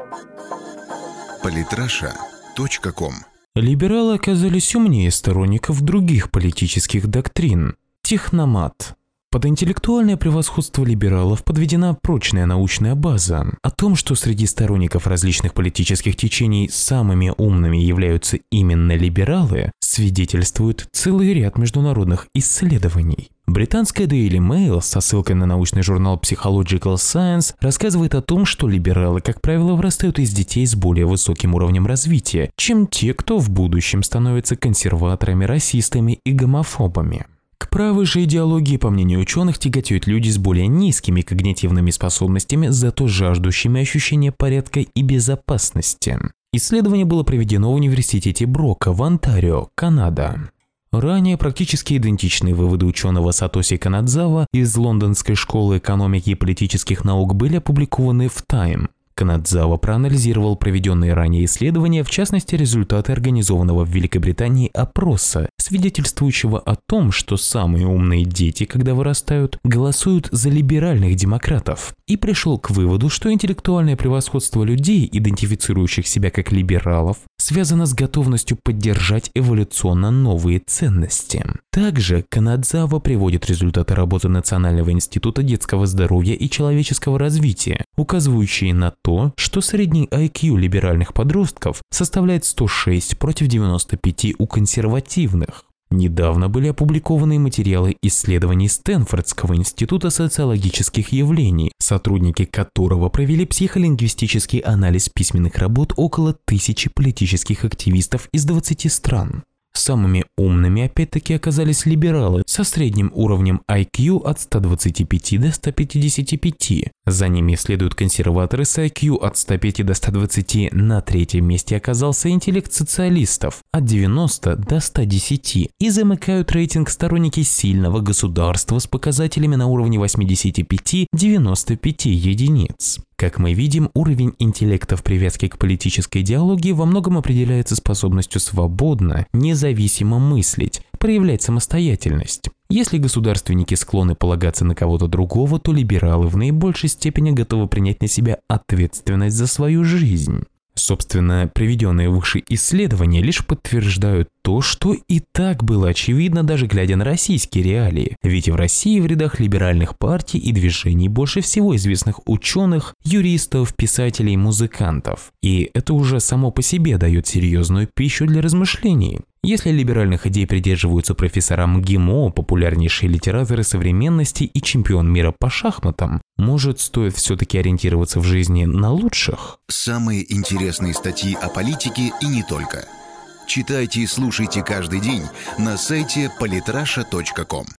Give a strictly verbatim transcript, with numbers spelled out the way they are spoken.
политраша точка ком. Либералы оказались умнее сторонников других политических доктрин. Техномат. Под интеллектуальное превосходство либералов подведена прочная научная база. О том, что среди сторонников различных политических течений самыми умными являются именно либералы, свидетельствует целый ряд международных исследований. Британская Daily Mail со ссылкой на научный журнал Psychological Science рассказывает о том, что либералы, как правило, вырастают из детей с более высоким уровнем развития, чем те, кто в будущем становятся консерваторами, расистами и гомофобами. К правой же идеологии, по мнению ученых, тяготеют люди с более низкими когнитивными способностями, зато жаждущими ощущения порядка и безопасности. Исследование было проведено в университете Брока в Онтарио, Канада. Ранее практически идентичные выводы ученого Сатоси Канадзава из Лондонской школы экономики и политических наук были опубликованы в Time. Канадзава проанализировал проведенные ранее исследования, в частности результаты организованного в Великобритании опроса, свидетельствующего о том, что самые умные дети, когда вырастают, голосуют за либеральных демократов, и пришел к выводу, что интеллектуальное превосходство людей, идентифицирующих себя как либералов, связано с готовностью поддержать эволюционно новые ценности. Также Канадзава приводит результаты работы Национального института детского здоровья и человеческого развития, указывающие на то, что средний ай кью либеральных подростков составляет сто шесть против девяноста пяти у консервативных. Недавно были опубликованы материалы исследований Стэнфордского института социологических явлений, сотрудники которого провели психолингвистический анализ письменных работ около тысячи политических активистов из двадцати стран. Самыми умными опять-таки оказались либералы со средним уровнем ай кью от ста двадцати пяти до ста пятидесяти пяти. За ними следуют консерваторы с ай кью от ста пяти до ста двадцати. На третьем месте оказался интеллект социалистов от девяноста до ста десяти. И замыкают рейтинг сторонники сильного государства с показателями на уровне восьмидесяти пяти — девяноста пяти единиц. Как мы видим, уровень интеллекта в привязке к политической идеологии во многом определяется способностью свободно, независимо мыслить, проявлять самостоятельность. Если государственники склонны полагаться на кого-то другого, то либералы в наибольшей степени готовы принять на себя ответственность за свою жизнь. Собственно, приведенные выше исследования лишь подтверждают то, что и так было очевидно, даже глядя на российские реалии. Ведь в России в рядах либеральных партий и движений больше всего известных ученых, юристов, писателей, музыкантов. И это уже само по себе дает серьезную пищу для размышлений. Если либеральных идей придерживаются профессора МГИМО, популярнейшие литераторы современности и чемпион мира по шахматам, может, стоит все-таки ориентироваться в жизни на лучших? Самые интересные статьи о политике и не только. Читайте и слушайте каждый день на сайте политраша точка ком.